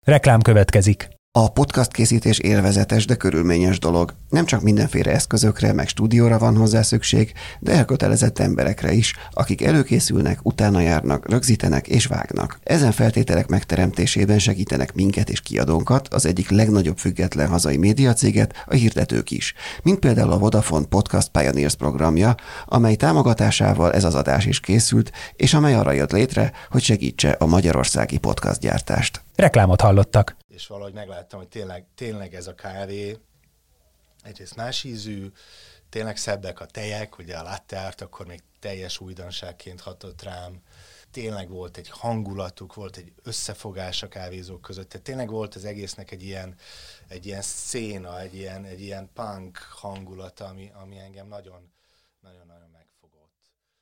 Reklám következik. A podcast készítés élvezetes, de körülményes dolog. Nem csak mindenféle eszközökre, meg stúdióra van hozzá szükség, de elkötelezett emberekre is, akik előkészülnek, utána járnak, rögzítenek és vágnak. Ezen feltételek megteremtésében segítenek minket és kiadónkat, az egyik legnagyobb független hazai médiacéget, a hirdetők is. Mint például a Vodafone Podcast Pioneers programja, amely támogatásával ez az adás is készült, és amely arra jött létre, hogy segítse a magyarországi podcastgyártást. Reklámot hallottak. És valahogy megláttam, hogy tényleg ez a kávé egyrészt más ízű, tényleg szebbek a tejek, ugye a latte art akkor még teljes újdonságként hatott rám. Tényleg volt egy hangulatuk, volt egy összefogás a kávézók között, tehát tényleg volt az egésznek egy ilyen széna, egy ilyen punk hangulata, ami engem nagyon megfogott.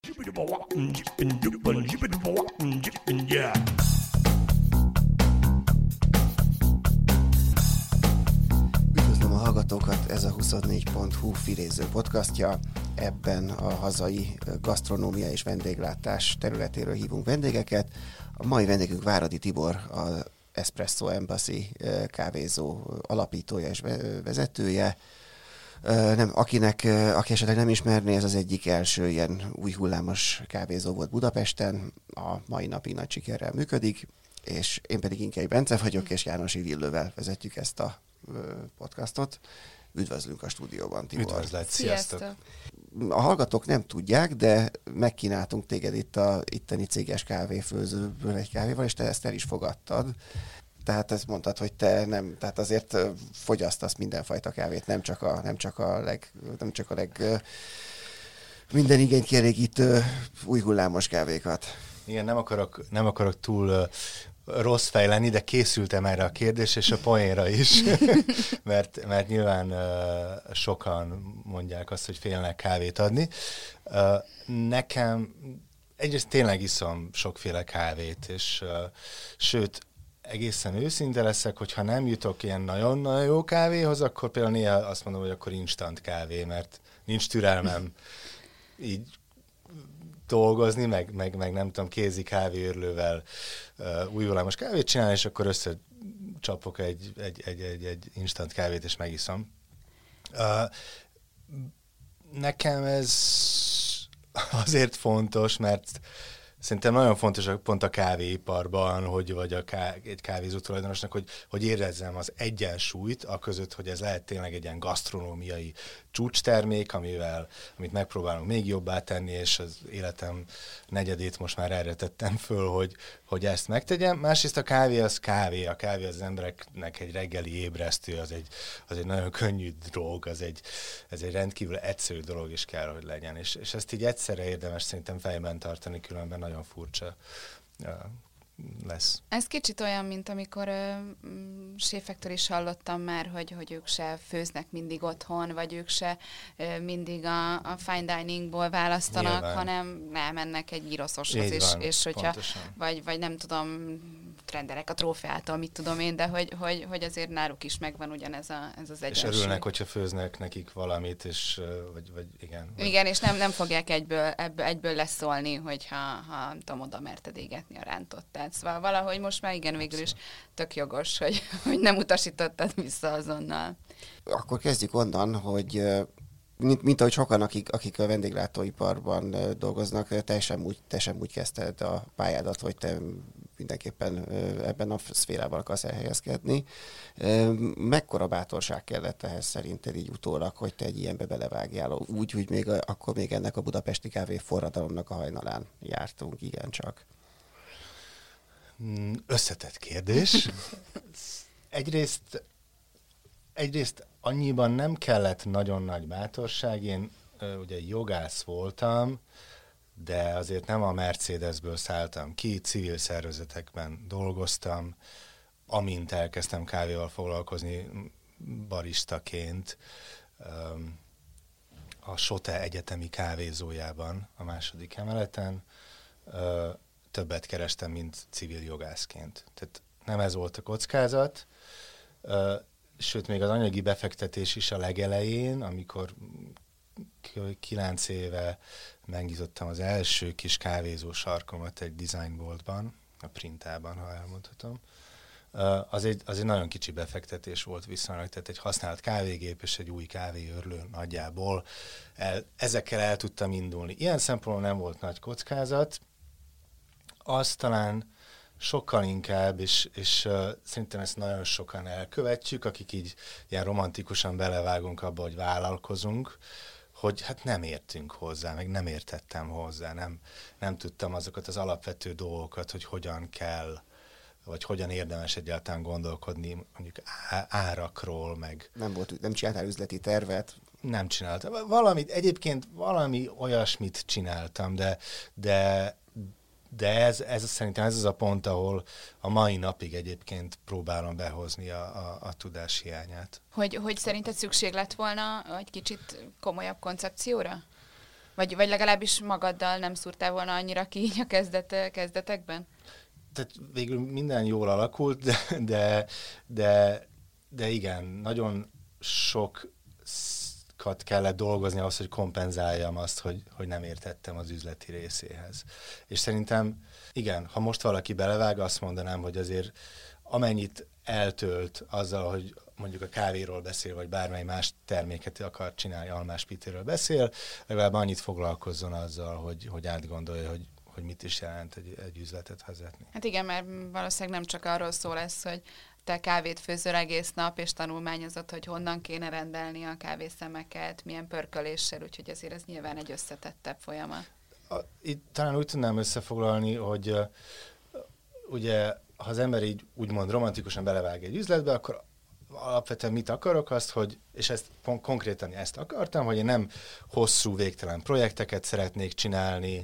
Üdvözlöm a hallgatókat, ez a 24.hu filéző podcastja. Ebben a hazai gasztronómia és vendéglátás területéről hívunk vendégeket. A mai vendégünk Váradi Tibor, az Espresso Embassy kávézó alapítója és vezetője. Aki esetleg nem ismerné, ez az egyik első ilyen új hullámos kávézó volt Budapesten, a mai napig nagy sikerrel működik, és én pedig Inkei Bence vagyok, és Jánosi Villővel vezetjük ezt a podcastot. Üdvözlünk a stúdióban, Tibor. Üdvözlet, sziasztok! A hallgatók nem tudják, de megkínáltunk téged itt a itteni céges kávéfőzőből egy kávéval, és te ezt el is fogadtad. Tehát ezt mondtad, hogy te nem, tehát azért fogyasztasz mindenfajta kávét, nem csak a leg minden igényt kielégítő új hullámos kávékat. Igen, nem akarok túl rossz fej lenni, de készültem erre a kérdésre, és a poénra is, mert nyilván sokan mondják azt, hogy félnek kávét adni. Nekem egyrészt tényleg iszom sokféle kávét, és sőt, egészen őszinte leszek, hogyha nem jutok ilyen nagyon-nagyon jó kávéhoz, akkor például néha azt mondom, hogy akkor instant kávé, mert nincs türelmem így dolgozni, meg nem tudom, kézi kávéőrlővel új hullámos kávét csinálni, és akkor összecsapok egy instant kávét, és megiszom. Nekem ez azért fontos, mert szerintem nagyon fontos pont a kávéiparban, vagy egy kávézó tulajdonosnak, hogy érezzem az egyensúlyt, aközött, hogy ez lehet tényleg egy ilyen gasztronómiai csúcstermék, amit megpróbálunk még jobbá tenni, és az életem negyedét most már erre tettem föl, hogy ezt megtegyem. Másrészt a kávé az kávé, a kávé az embereknek egy reggeli ébresztő, az egy nagyon könnyű dolog, ez egy rendkívül egyszerű dolog is kell, hogy legyen. És ezt így egyszerre érdemes szerintem fejben tartani, különben nagyon furcsa lesz. Ez kicsit olyan, mint amikor séfektől is hallottam már, hogy ők se főznek mindig otthon, vagy ők se mindig a fine diningból választanak, nyilván, hanem elmennek egy gyroszoshoz, és hogyha, vagy nem tudom, rendelek a trófeától, mit tudom én, de hogy azért náluk is megvan ugyanez az egyensúly. És örülnek, hogyha főznek nekik valamit, és vagy igen. Igen, és nem fogják egyből leszólni, hogyha tudom, oda merted égetni a rántottát. Szóval valahogy most már igen, végül is tök jogos, hogy nem utasítottad vissza azonnal. Akkor kezdjük onnan, hogy mint ahogy sokan, akik a vendéglátóiparban dolgoznak, te sem úgy kezdted a pályádat, hogy te mindenképpen ebben a szférában akarsz elhelyezkedni. Mekkora bátorság kellett ehhez szerinted így utólag, hogy te egy ilyenbe belevágjál? Úgy, hogy akkor még ennek a budapesti kávé forradalomnak a hajnalán jártunk, igencsak. Összetett kérdés. Egyrészt annyiban nem kellett nagyon nagy bátorság. Én ugye jogász voltam, de azért nem a Mercedesből szálltam ki, civil szervezetekben dolgoztam, amint elkezdtem kávéval foglalkozni baristaként a Sote egyetemi kávézójában a 2. emeleten. Többet kerestem, mint civil jogászként. Tehát nem ez volt a kockázat, sőt, még az anyagi befektetés is a legelején, amikor 9 éve megnyitottam az első kis kávézó sarkomat egy designboltban, a Printában, ha elmondhatom. az egy nagyon kicsi befektetés volt viszonylag, tehát egy használt kávégép és egy új kávéőrlő nagyjából. Ezekkel el tudtam indulni. Ilyen szempontból nem volt nagy kockázat. Az talán sokkal inkább, és szerintem ezt nagyon sokan elkövetjük, akik így ilyen romantikusan belevágunk abba, hogy vállalkozunk, hogy hát nem értünk hozzá, meg nem értettem hozzá, nem tudtam azokat az alapvető dolgokat, hogy hogyan kell, vagy hogyan érdemes egyáltalán gondolkodni mondjuk árakról, meg... Nem csináltál üzleti tervet? Nem csináltam. Egyébként valami olyasmit csináltam, de ez szerintem ez az a pont, ahol a mai napig egyébként próbálom behozni a tudás hiányát. Hogy szerinted szükség lett volna egy kicsit komolyabb koncepcióra? Vagy legalábbis magaddal nem szúrtál volna annyira ki a kezdetekben? Tehát végül minden jól alakult, de igen, nagyon sokat kellett dolgozni ahhoz, hogy kompenzáljam azt, hogy nem értettem az üzleti részéhez. És szerintem, igen, ha most valaki belevág, azt mondanám, hogy azért amennyit eltölt azzal, hogy mondjuk a kávéról beszél, vagy bármely más terméket akar csinálni, almáspitéről beszél, legalább annyit foglalkozzon azzal, hogy átgondolja, hogy mit is jelent egy üzletet vezetni. Hát igen, mert valószínűleg nem csak arról szól ez, hogy te kávét főzöl egész nap, és tanulmányozod, hogy honnan kéne rendelni a kávészemeket, milyen pörköléssel, úgyhogy azért ez nyilván egy összetettebb folyamat. Itt talán úgy tudnám összefoglalni, hogy ugye, ha az ember így úgymond romantikusan belevág egy üzletbe, akkor alapvetően mit akarok azt, hogy, és ezt konkrétan ezt akartam, hogy én nem hosszú, végtelen projekteket szeretnék csinálni,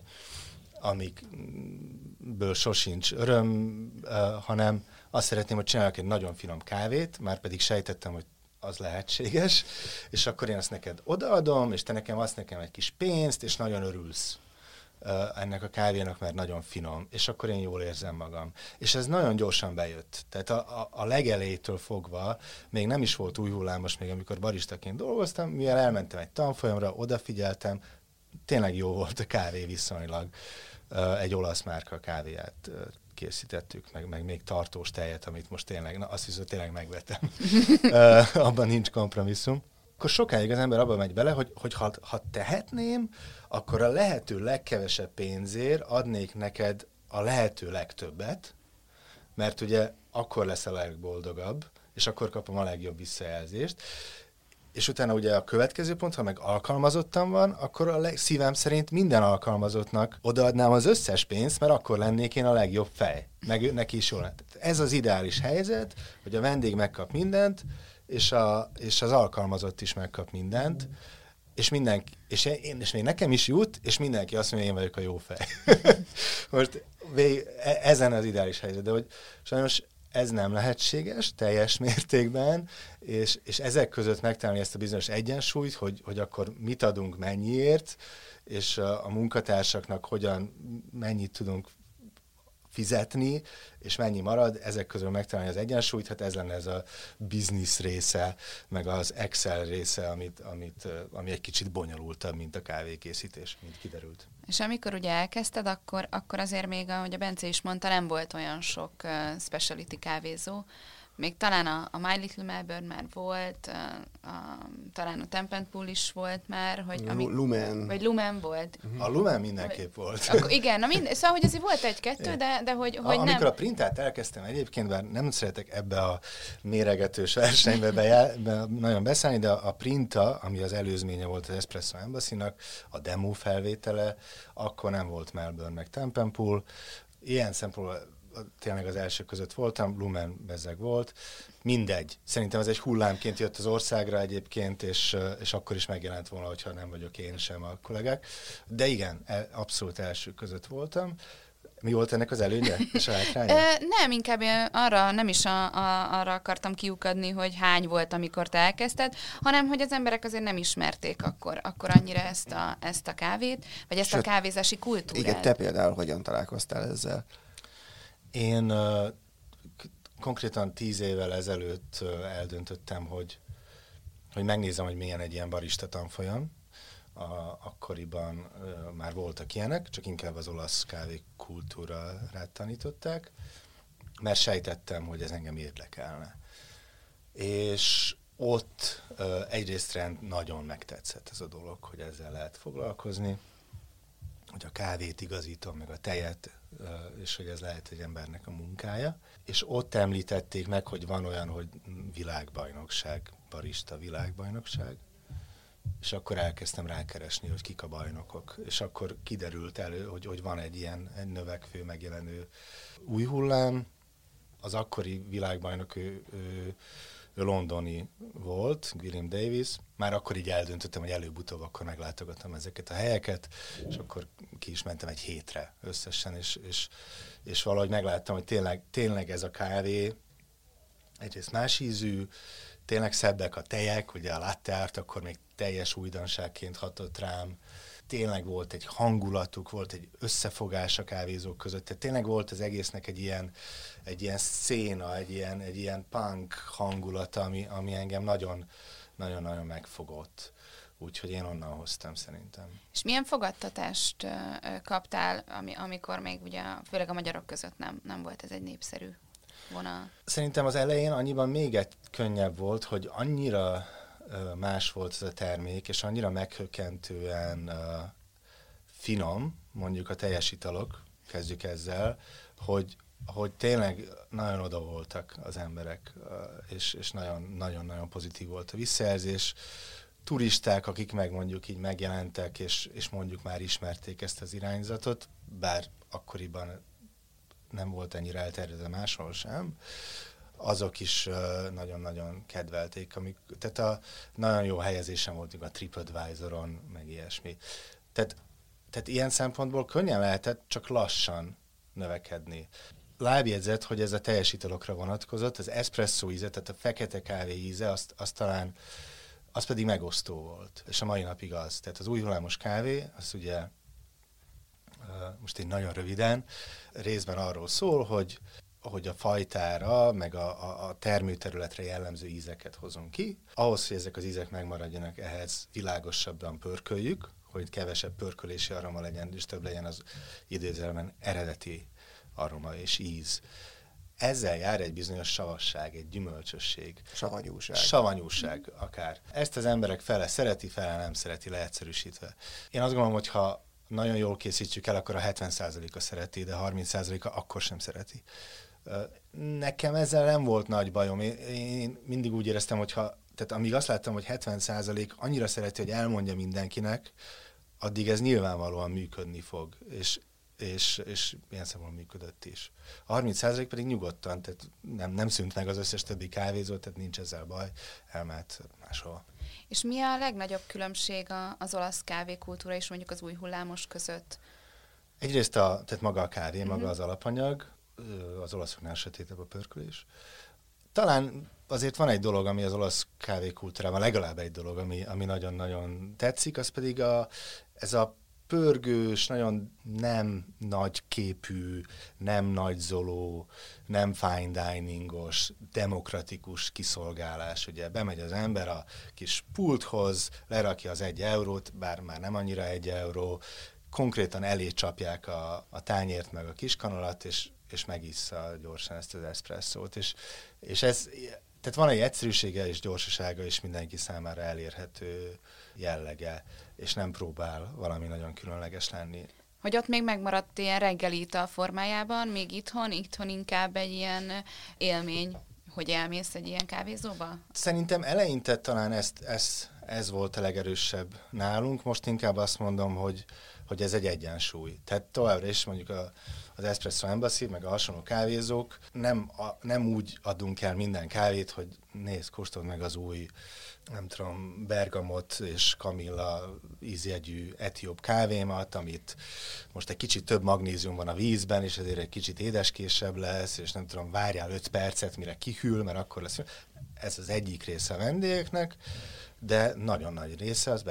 amikből sosincs öröm, hanem azt szeretném, hogy csinálok egy nagyon finom kávét, már pedig sejtettem, hogy az lehetséges, és akkor én azt neked odaadom, és te nekem azt nekem egy kis pénzt, és nagyon örülsz ennek a kávénak, mert nagyon finom, és akkor én jól érzem magam. És ez nagyon gyorsan bejött. Tehát a legelejétől fogva még nem is volt új hullámos, még amikor baristaként dolgoztam, mivel elmentem egy tanfolyamra, odafigyeltem, tényleg jó volt a kávé viszonylag. Egy olasz márka kávéját készítettük, meg még tartós tejet, amit most tényleg, azt viszont tényleg megvettem. Abban nincs kompromisszum. Akkor sokáig az ember abban megy bele, hogy ha tehetném, akkor a lehető legkevesebb pénzért adnék neked a lehető legtöbbet, mert ugye akkor lesz a legboldogabb, és akkor kapom a legjobb visszajelzést. És utána ugye a következő pont, ha meg alkalmazottam van, akkor szívem szerint minden alkalmazottnak odaadnám az összes pénzt, mert akkor lennék én a legjobb fej. Meg neki is jól lett. Ez az ideális helyzet, hogy a vendég megkap mindent, és az alkalmazott is megkap mindent, és még nekem is jut, és mindenki azt mondja, én vagyok a jó fej. Most ezen az ideális helyzet, de hogy sajnos ez nem lehetséges teljes mértékben, és ezek között megtalálni ezt a bizonyos egyensúlyt, hogy akkor mit adunk mennyiért, és a munkatársaknak mennyit tudunk fizetni, és mennyi marad, ezek közül megtalálni az egyensúlyt, hát ez lenne ez a business része, meg az Excel része, ami egy kicsit bonyolultabb, mint a kávékészítés, mint kiderült. És amikor ugye elkezdted, akkor azért még, ahogy a Bence is mondta, nem volt olyan sok specialty kávézó. Még talán a My Little Melbourne már volt, talán a Tempenpool is volt már. Lumen. Vagy Lumen volt. A Lumen mindenképp volt. Akkor igen, szóval, hogy azért volt egy-kettő, de hogy nem. Amikor a printát elkezdtem egyébként, bár nem szeretek ebbe a méregetős versenybe nagyon beszállni, de a printa, ami az előzménye volt az Espresso Embassy-nak, a demo felvétele, akkor nem volt Melbourne meg Tempenpool. Ilyen szempontból tényleg az első között voltam, Lumen bezzeg volt. Mindegy. Szerintem ez egy hullámként jött az országra egyébként, és akkor is megjelent volna, hogyha nem vagyok én sem a kollégák. De igen, abszolút első között voltam. Mi volt ennek az előnye és a hátránya? Nem, inkább nem is arra akartam kiukadni, hogy hány volt, amikor te elkezdted, hanem hogy az emberek azért nem ismerték akkor annyira ezt a kávét, vagy ezt a kávézási kultúrát. Igen, te például hogyan találkoztál ezzel? Én konkrétan 10 évvel ezelőtt eldöntöttem, hogy megnézem, hogy milyen egy ilyen barista tanfolyam. Akkoriban már voltak ilyenek, csak inkább az olasz kávékultúrát tanították. mert sejtettem, hogy ez engem érdekelne. És ott egyrészt nagyon megtetszett ez a dolog, hogy ezzel lehet foglalkozni, hogy a kávét igazítom, meg a tejet, és hogy ez lehet egy embernek a munkája. És ott említették meg, hogy van olyan, hogy világbajnokság, barista világbajnokság, és akkor elkezdtem rákeresni, hogy kik a bajnokok. És akkor kiderült elő, hogy van egy ilyen egy növekvő, megjelenő új hullám. Az akkori világbajnok ő londoni volt, William Davis. Már akkor így eldöntöttem, hogy előbb-utóbb akkor meglátogatom ezeket a helyeket, és akkor ki is mentem egy hétre összesen, és valahogy megláttam, hogy tényleg ez a kávé egyrészt más ízű, tényleg szebbek a tejek, ugye a latte art akkor még teljes újdonságként hatott rám, tényleg volt egy hangulatuk, volt egy összefogás a kávézók között, tehát tényleg volt az egésznek egy ilyen széna, egy ilyen punk hangulata, ami engem nagyon-nagyon megfogott. Úgyhogy én onnan hoztam szerintem. És milyen fogadtatást kaptál, amikor még ugye főleg a magyarok között nem volt ez egy népszerű vonal? Szerintem az elején annyiban még egy könnyebb volt, hogy annyira más volt ez a termék, és annyira meghökkentően finom, mondjuk a teljes italok, kezdjük ezzel, hogy tényleg nagyon oda voltak az emberek, és nagyon-nagyon pozitív volt a visszajelzés. Turisták, akik meg mondjuk így megjelentek, és mondjuk már ismerték ezt az irányzatot, bár akkoriban nem volt ennyire elterjedve máshol sem, azok is nagyon-nagyon kedvelték. Tehát nagyon jó helyezésem volt a TripAdvisoron, meg ilyesmi. Tehát ilyen szempontból könnyen lehetett, csak lassan növekedni. Lábjegyzet, hogy ez a teljes italokra vonatkozott, az espresso íze, tehát a fekete kávé íze, az pedig megosztó volt. És a mai napig az. Tehát az új hullámos kávé, az ugye most én nagyon röviden, részben arról szól, hogy a fajtára, meg a termőterületre jellemző ízeket hozunk ki. Ahhoz, hogy ezek az ízek megmaradjanak, ehhez világosabban pörköljük, hogy kevesebb pörkölési aroma legyen, és több legyen az idézőjelben eredeti aroma és íz. Ezzel jár egy bizonyos savasság, egy gyümölcsösség. Savanyúság akár. Ezt az emberek fele szereti, fele nem szereti, leegyszerűsítve. Én azt gondolom, hogy ha nagyon jól készítjük el, akkor a 70%-a szereti, de 30%-a akkor sem szereti. Nekem ezzel nem volt nagy bajom. Én mindig úgy éreztem, tehát amíg azt láttam, hogy 70% annyira szereti, hogy elmondja mindenkinek, addig ez nyilvánvalóan működni fog. És ilyen szempontból működött is. A 30% pedig nyugodtan, tehát nem szűnt meg az összes többi kávézó, tehát nincs ezzel baj, elmehet máshol. És mi a legnagyobb különbség az olasz kávékultúra és mondjuk az új hullámos között? Egyrészt tehát maga a kávé, maga az alapanyag, az olaszoknál sötétebb a pörkölés. Talán azért van egy dolog, ami az olasz kávékultúrában, legalább egy dolog, ami nagyon-nagyon tetszik, az pedig ez a pörgős, nagyon nem nagy képű, nem nagyzoló, nem fine diningos, demokratikus kiszolgálás. Ugye bemegy az ember a kis pulthoz, lerakja az 1 eurót, bár már nem annyira 1 euró, konkrétan elé csapják a tányért meg a kiskanalat, és megissza gyorsan ezt az eszpresszót. És ez, tehát van egy egyszerűsége és gyorsasága, és mindenki számára elérhető jellege, és nem próbál valami nagyon különleges lenni. Hogy ott még megmaradt ilyen reggeli ital formájában, még itthon inkább egy ilyen élmény, hogy elmész egy ilyen kávézóba? Szerintem eleinte talán ez volt a legerősebb nálunk, most inkább azt mondom, hogy ez egy egyensúly. Tehát továbbra is mondjuk az Espresso Embassy, meg a hasonló kávézók nem úgy adunk el minden kávét, hogy nézd, kóstold meg az új, nem tudom, bergamot és kamilla ízjegyű etióp kávémat, amit most egy kicsit több magnézium van a vízben, és ezért egy kicsit édeskésebb lesz, és nem tudom, várjál 5 percet, mire kihűl, mert akkor lesz. Ez az egyik része a vendégeknek, de nagyon nagy része az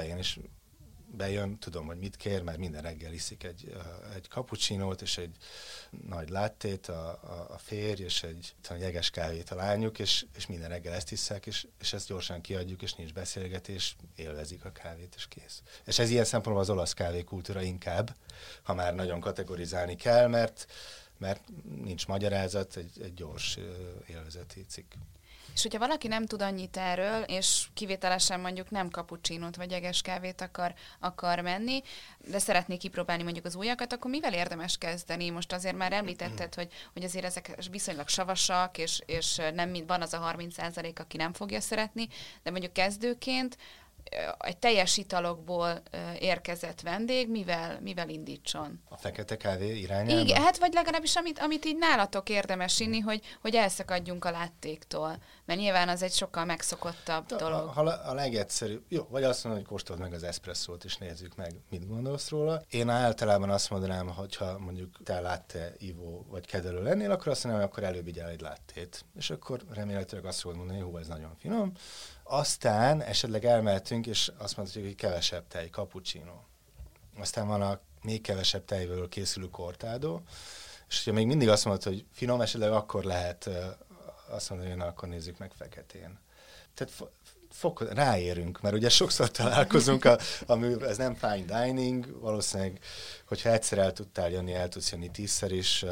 bejön, tudom, hogy mit kér, mert minden reggel iszik egy cappuccinót, és egy nagy lattét a férj, és egy jeges kávét a lányuk, és minden reggel ezt isszák, és ezt gyorsan kiadjuk, és nincs beszélgetés, élvezik a kávét, és kész. És ez ilyen szempontból az olasz kávékultúra inkább, ha már nagyon kategorizálni kell, mert mert nincs magyarázat, egy gyors élvezeti cikk. És hogyha valaki nem tud annyit erről, és kivételesen mondjuk nem cappuccinót vagy jeges kávét akar menni, de szeretné kipróbálni mondjuk az újakat, akkor mivel érdemes kezdeni? Most azért már említetted, hogy azért ezek viszonylag savasak, és nem mind van az a 30%, aki nem fogja szeretni, de mondjuk kezdőként egy teljes italokból érkezett vendég, mivel indítson? A fekete kávé irányába? Igen, hát vagy legalábbis amit így nálatok érdemes inni, hogy elszakadjunk a láttéktól. Mert nyilván az egy sokkal megszokottabb dolog. A legegyszerűbb, jó, vagy azt mondom, hogy kóstold meg az eszpresszót, és nézzük meg, mit gondolsz róla. Én általában azt mondanám, hogyha mondjuk te latte ivó vagy kedvelő lennél, akkor azt mondanám, hogy akkor előbb igyál egy lattét. És akkor remélhetőleg azt fogod mondani, hogy ez nagyon finom. Aztán esetleg elmehetünk, és azt mondhatjuk, hogy kevesebb tej, cappuccino. Aztán van a még kevesebb tejből készülő cortado, és hogyha még mindig azt mondod, hogy finom, esetleg akkor lehet azt mondani, hogy na, akkor nézzük meg feketén. Tehát ráérünk, mert ugye sokszor találkozunk, ez nem fine dining, valószínűleg, hogyha egyszer el tudtál jönni, el tudsz jönni 10-szer is,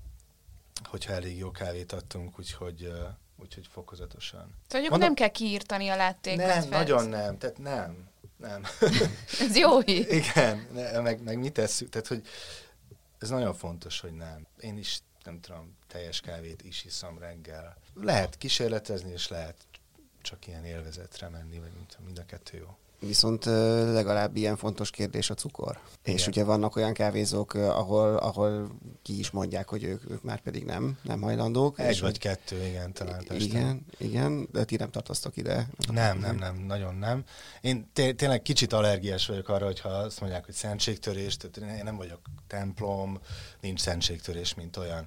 hogyha elég jó kávét adtunk, úgyhogy fokozatosan. Tehát nem kell kiírtani a láttékat. Nem, nagyon nem. Tehát nem. Ez jó hír. Igen, meg mit tesszük? Tehát, hogy ez nagyon fontos, hogy nem. Én is, nem tudom, teljes kávét is iszom reggel. Lehet kísérletezni, és lehet csak ilyen élvezetre menni, vagy mind a kettő jó. Viszont legalább ilyen fontos kérdés a cukor. Igen. És ugye vannak olyan kávézók, ahol ki is mondják, hogy ők már pedig nem hajlandók. Egy vagy kettő, igen, talán Pesten. Igen, de ti nem tartoztok ide. Nem, nagyon nem. Én tényleg kicsit allergiás vagyok arra, hogyha azt mondják, hogy szentségtörés, tehát én nem vagyok templom, nincs szentségtörés, mint olyan.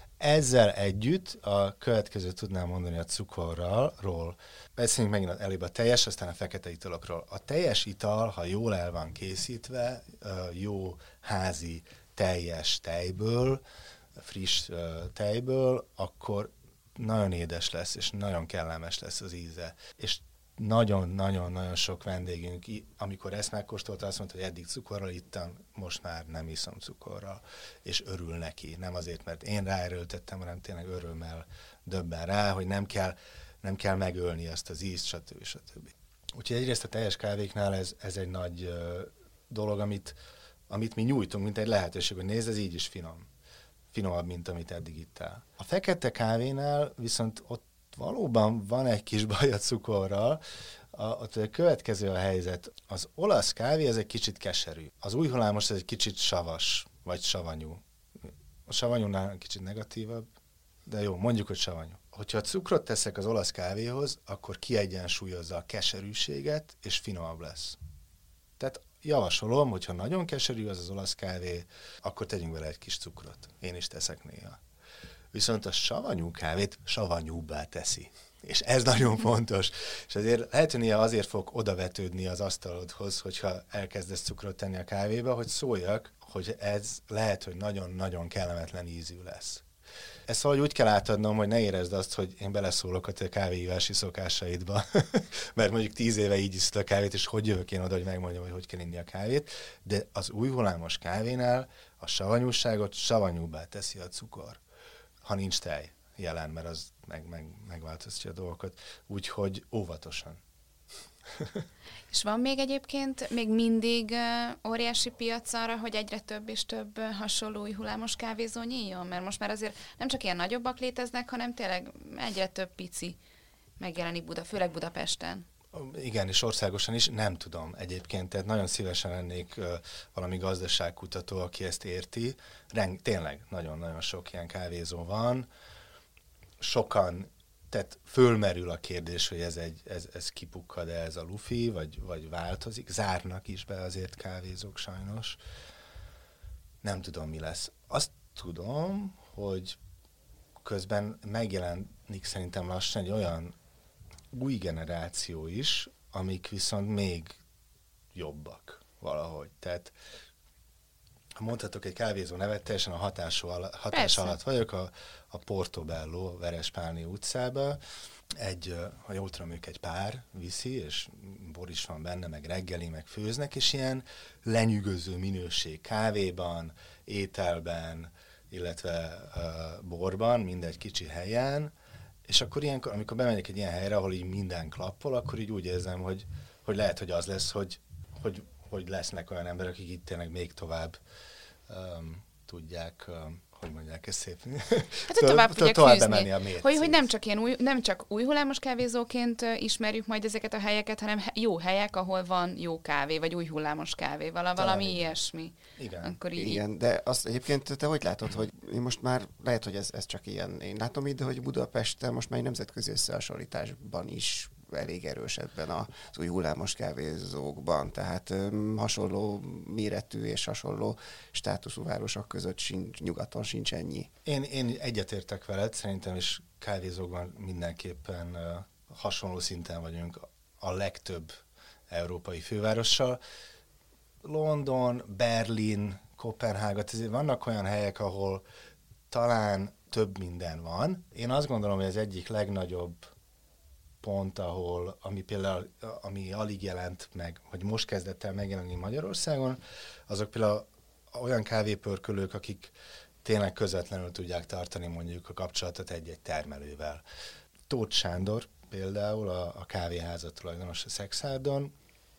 Ezzel együtt a következőt tudnám mondani a cukorról. Beszéljünk megint előbb a teljes, aztán a fekete italokról. A teljes ital, ha jól el van készítve, jó házi teljes tejből, friss tejből, akkor nagyon édes lesz, és nagyon kellemes lesz az íze. És nagyon-nagyon sok vendégünk, amikor ezt megkóstolta, azt mondta, hogy eddig cukorral ittam, most már nem iszom cukorral, és örül neki. Nem azért, mert én ráerőltettem, hanem tényleg örömmel döbben rá, hogy nem kell megölni azt az ízt, stb. Úgyhogy egyrészt a teljes kávéknál ez egy nagy dolog, amit mi nyújtunk, mint egy lehetőség, hogy nézd, ez így is finom. Finomabb, mint amit eddig ittál. A fekete kávénál viszont ott valóban van egy kis baj a cukorral. A következő a helyzet. Az olasz kávé ez egy kicsit keserű. Az új hullámos ez egy kicsit savas, vagy savanyú. A savanyúnál kicsit negatívabb, de jó, mondjuk, hogy savanyú. Hogyha a cukrot teszek az olasz kávéhoz, akkor kiegyensúlyozza a keserűséget, és finomabb lesz. Tehát javasolom, hogyha nagyon keserű az olasz kávé, akkor tegyünk vele egy kis cukrot. Én is teszek néha. Viszont a savanyú kávét savanyúbbá teszi. És ez nagyon fontos. És azért lehet, hogy néha azért fog odavetődni az asztalodhoz, hogyha elkezdesz cukrot tenni a kávéba, hogy szóljak, hogy ez lehet, hogy nagyon-nagyon kellemetlen ízű lesz. Ezt valahogy úgy kell átadnom, hogy ne érezd azt, hogy én beleszólok a te kávéívási szokásaidba, mert mondjuk 10 éve így iszod a kávét, és hogy jövök én oda, hogy megmondjam, hogy kell inni a kávét, de az új hullámos kávénál a savanyúságot savanyúbbá teszi a cukor, ha nincs tej jelen, mert az megváltoztatja a dolgokat, úgyhogy óvatosan. És van még egyébként még mindig óriási piac arra, hogy egyre több és több hasonló új hullámos kávézó nyíljon? Mert most már azért nem csak ilyen nagyobbak léteznek, hanem tényleg egyre több pici megjelenik főleg Budapesten. Igen, és országosan is, nem tudom egyébként, tehát nagyon szívesen lennék valami gazdaságkutató, aki ezt érti. Tényleg nagyon-nagyon sok ilyen kávézó van. Sokan, tehát fölmerül a kérdés, hogy ez kipukkad-e ez a lufi, vagy változik. Zárnak is be azért kávézók sajnos. Nem tudom, mi lesz. Azt tudom, hogy közben megjelenik szerintem lassan egy olyan új generáció is, amik viszont még jobbak valahogy. Tehát ha mondhatok egy kávézó nevet, teljesen a hatás alatt vagyok, a Portobello Verespálni utcába. Ha jól tudom, ők egy pár viszi, és bor is van benne, meg reggeli, meg főznek, és ilyen lenyűgöző minőség kávéban, ételben, illetve borban, mindegy kicsi helyen, és akkor ilyenkor, amikor bemegyek egy ilyen helyre, ahol így minden klappol, akkor így úgy érzem, hogy lehet, hogy az lesz, hogy lesznek olyan emberek, akik itt tényleg még tovább tudják, hogy mondják ezt szépen. Hát, hogy tovább tudják fűzni. A mércét. Hogy nem csak új hullámos kávézóként ismerjük majd ezeket a helyeket, hanem jó helyek, ahol van jó kávé, vagy új hullámos kávé, valami ilyesmi. Igen. Akkor igen, de azt egyébként te hogy látod, hogy most már lehet, hogy ez csak ilyen, én látom itt, de hogy Budapesten most már nemzetközi összehasonlításban is elég erős ebben az új hullámos kávézókban, tehát hasonló méretű és hasonló státuszú városok között nyugaton sincs ennyi. Én egyetértek veled, szerintem is kávézókban mindenképpen hasonló szinten vagyunk a legtöbb európai fővárossal. London, Berlin, Koppenhága, vannak olyan helyek, ahol talán több minden van. Én azt gondolom, hogy az egyik legnagyobb pont, ami alig jelent meg, hogy most kezdett el megjelenni Magyarországon, azok például olyan kávépörkölők, akik tényleg közvetlenül tudják tartani mondjuk a kapcsolatot egy-egy termelővel. Tóth Sándor például, a kávéházat tulajdonos a Szexárdon,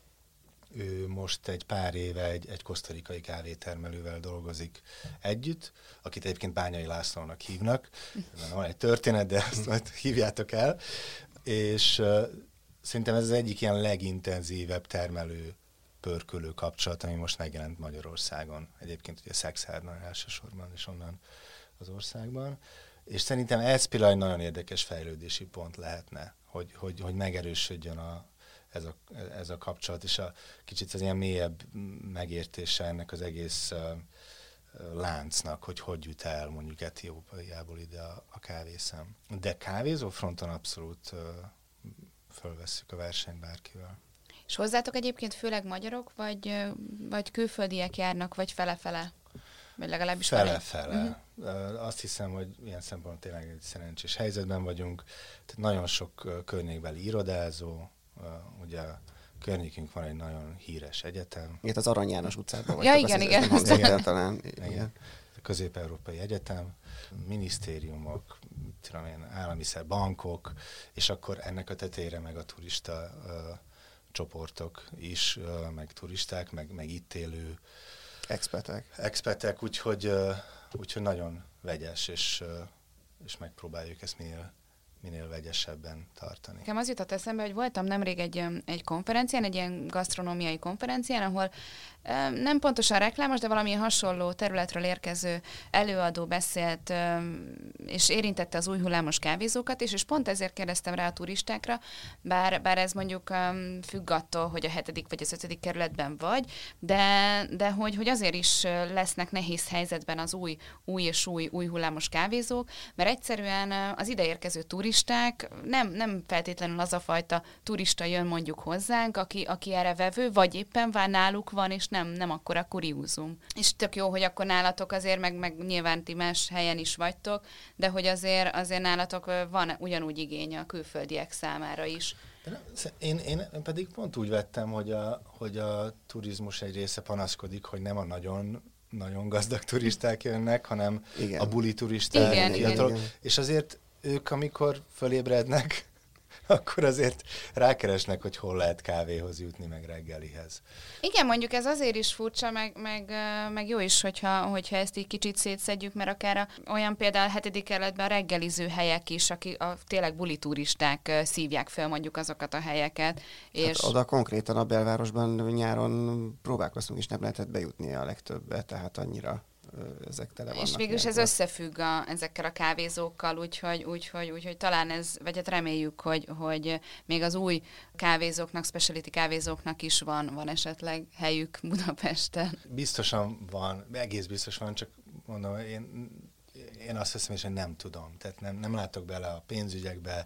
ő most egy pár éve egy kosztarikai kávétermelővel dolgozik együtt, akit egyébként Bányai Lászlónak hívnak. Van egy történet, de azt majd hívjátok el. És szerintem ez az egyik ilyen legintenzívebb termelő pörkölő kapcsolat, ami most megjelent Magyarországon. Egyébként ugye Szexárdon elsősorban, és onnan az országban. És szerintem ez például egy nagyon érdekes fejlődési pont lehetne, hogy megerősödjön ez a kapcsolat, és kicsit az ilyen mélyebb megértése ennek az egész láncnak, hogy jut el mondjuk Etiópiából ide a kávészám. De kávézó fronton abszolút fölvesszük a versenyt bárkivel. És hozzátok egyébként főleg magyarok, vagy külföldiek járnak, vagy fele-fele? Vagy legalábbis fele-fele. Azt hiszem, hogy ilyen szempontból tényleg egy szerencsés helyzetben vagyunk. Tehát nagyon sok környékbeli irodázó, ugye környékünk van egy nagyon híres egyetem. Itt az Arany János utcában vagy. Ja, igen. Talán. Igen. A Közép-Európai Egyetem, minisztériumok, állami bankok, és akkor ennek a tetejére meg a turista csoportok is, meg turisták, meg itt élő expertek, úgyhogy nagyon vegyes, és megpróbáljuk ezt minél vegyesebben tartani. Nekem az jutott eszembe, hogy voltam nemrég egy konferencián, egy ilyen gasztronómiai konferencián, ahol nem pontosan reklámos, de valamilyen hasonló területről érkező előadó beszélt, és érintette az új hullámos kávézókat is, és pont ezért kérdeztem rá a turistákra, bár ez mondjuk függ attól, hogy a 7. vagy az 5. kerületben vagy, de hogy azért is lesznek nehéz helyzetben az új hullámos kávézók, mert egyszerűen az ideérkező turisták, nem feltétlenül az a fajta turista jön mondjuk hozzánk, aki erre vevő, vagy éppen náluk van, és nem akkora kuriózum. És tök jó, hogy akkor nálatok azért, meg nyilván ti más helyen is vagytok, de hogy azért nálatok van ugyanúgy igény a külföldiek számára is. Én pedig pont úgy vettem, hogy a turizmus egy része panaszkodik, hogy nem a nagyon gazdag turisták jönnek, hanem igen. A buli turisták. Igen. És azért ők, amikor fölébrednek, akkor azért rákeresnek, hogy hol lehet kávéhoz jutni, meg reggelihez. Igen, mondjuk ez azért is furcsa, meg jó is, hogyha ezt így kicsit szétszedjük, mert akár olyan például a 7. kerületben a reggeliző helyek is, akik tényleg buli turisták szívják fel mondjuk azokat a helyeket. És hát oda konkrétan a belvárosban nyáron próbálkoztunk, és nem lehetett bejutni a legtöbbbe, tehát annyira ezek tele vannak. És végülis ez összefügg ezekkel a kávézókkal, úgyhogy talán ez, vagy hát reméljük, hogy még az új kávézóknak, specialty kávézóknak is van esetleg helyük Budapesten. Biztosan van, egész biztos van, csak mondom, én azt hiszem is, hogy nem tudom. Tehát nem látok bele a pénzügyekbe.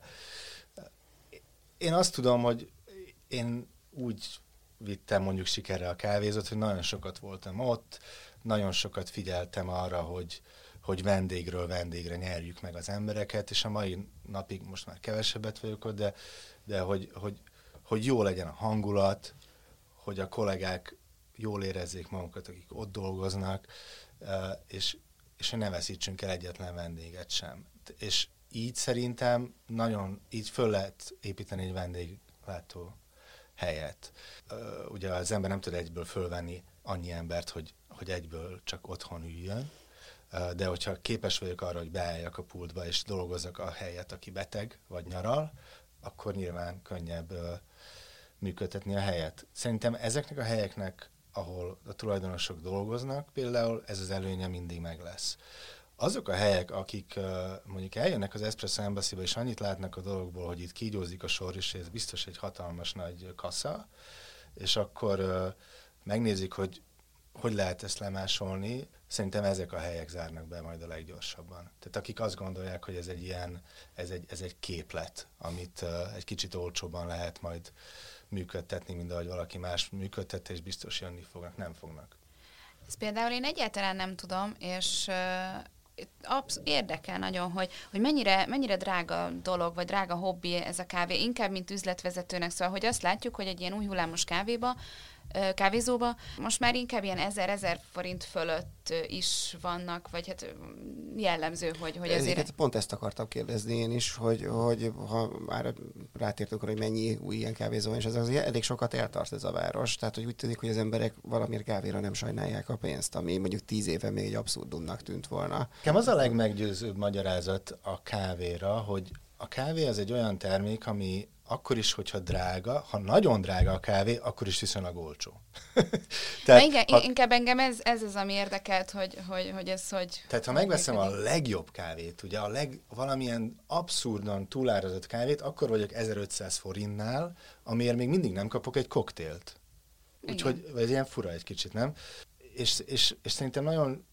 Én azt tudom, hogy én úgy vittem mondjuk sikerre a kávézót, hogy nagyon sokat voltam ott, nagyon sokat figyeltem arra, hogy vendégről vendégre nyerjük meg az embereket, és a mai napig most már kevesebbet vagyok ott, de hogy jó legyen a hangulat, hogy a kollégák jól érezzék magukat, akik ott dolgoznak, és és hogy ne veszítsünk el egyetlen vendéget sem. És így szerintem így föl lehet építeni egy vendéglátó helyet. Ugye az ember nem tud egyből fölvenni annyi embert, hogy egyből csak otthon üljön, de hogyha képes vagyok arra, hogy beálljak a pultba és dolgozzak a helyet, aki beteg vagy nyaral, akkor nyilván könnyebb működtetni a helyet. Szerintem ezeknek a helyeknek, ahol a tulajdonosok dolgoznak, például ez az előnye mindig meg lesz. Azok a helyek, akik mondjuk eljönnek az Espresso Embassy-ba, és annyit látnak a dologból, hogy itt kígyózik a sor, és ez biztos egy hatalmas nagy kassa, és akkor megnézik, hogy lehet ezt lemásolni, szerintem ezek a helyek zárnak be majd a leggyorsabban. Tehát akik azt gondolják, hogy ez egy képlet, amit egy kicsit olcsóban lehet majd működtetni, mint ahogy valaki más működtette, és biztos jönni fognak, nem fognak. Ezt például én egyáltalán nem tudom, és érdekel nagyon, hogy mennyire drága dolog, vagy drága hobbi ez a kávé, inkább, mint üzletvezetőnek. Szóval, hogy azt látjuk, hogy egy ilyen új hullámos kávézóba most már inkább ilyen 1000 forint fölött is vannak, vagy hát jellemző, hogy azért... Pont ezt akartam kérdezni én is, hogy ha már rátértünk arra, hogy mennyi új ilyen kávézó van, és ez azért elég sokat eltart ez a város, tehát hogy úgy tűnik, hogy az emberek valamiért kávéra nem sajnálják a pénzt, ami mondjuk 10 éve még egy abszurdumnak tűnt volna. Nekem az a legmeggyőzőbb magyarázat a kávéra, hogy a kávé az egy olyan termék, ami akkor is, hogyha drága, ha nagyon drága a kávé, akkor is viszonylag olcsó. Tehát, igen, inkább engem ez az, ami érdekelt, hogy ez hogy... Tehát ha megveszem a legjobb kávét, ugye valamilyen abszurdan túlárazott kávét, akkor vagyok 1500 forintnál, amiért még mindig nem kapok egy koktélt. Úgyhogy ez ilyen fura egy kicsit, nem? És szerintem nagyon...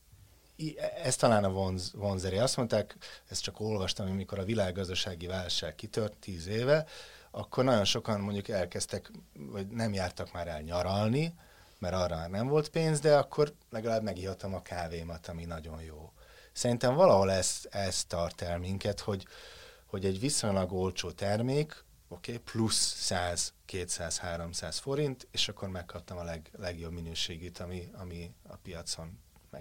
Ez talán a vonzeré. Azt mondták, ezt csak olvastam, amikor a világgazdasági válság kitört 10 éve, akkor nagyon sokan mondjuk elkezdtek, vagy nem jártak már el nyaralni, mert arra már nem volt pénz, de akkor legalább megihattam a kávémat, ami nagyon jó. Szerintem valahol ez tart el minket, hogy egy viszonylag olcsó termék, plusz 100, 200, 300 forint, és akkor megkaptam a legjobb minőségűt, ami a piacon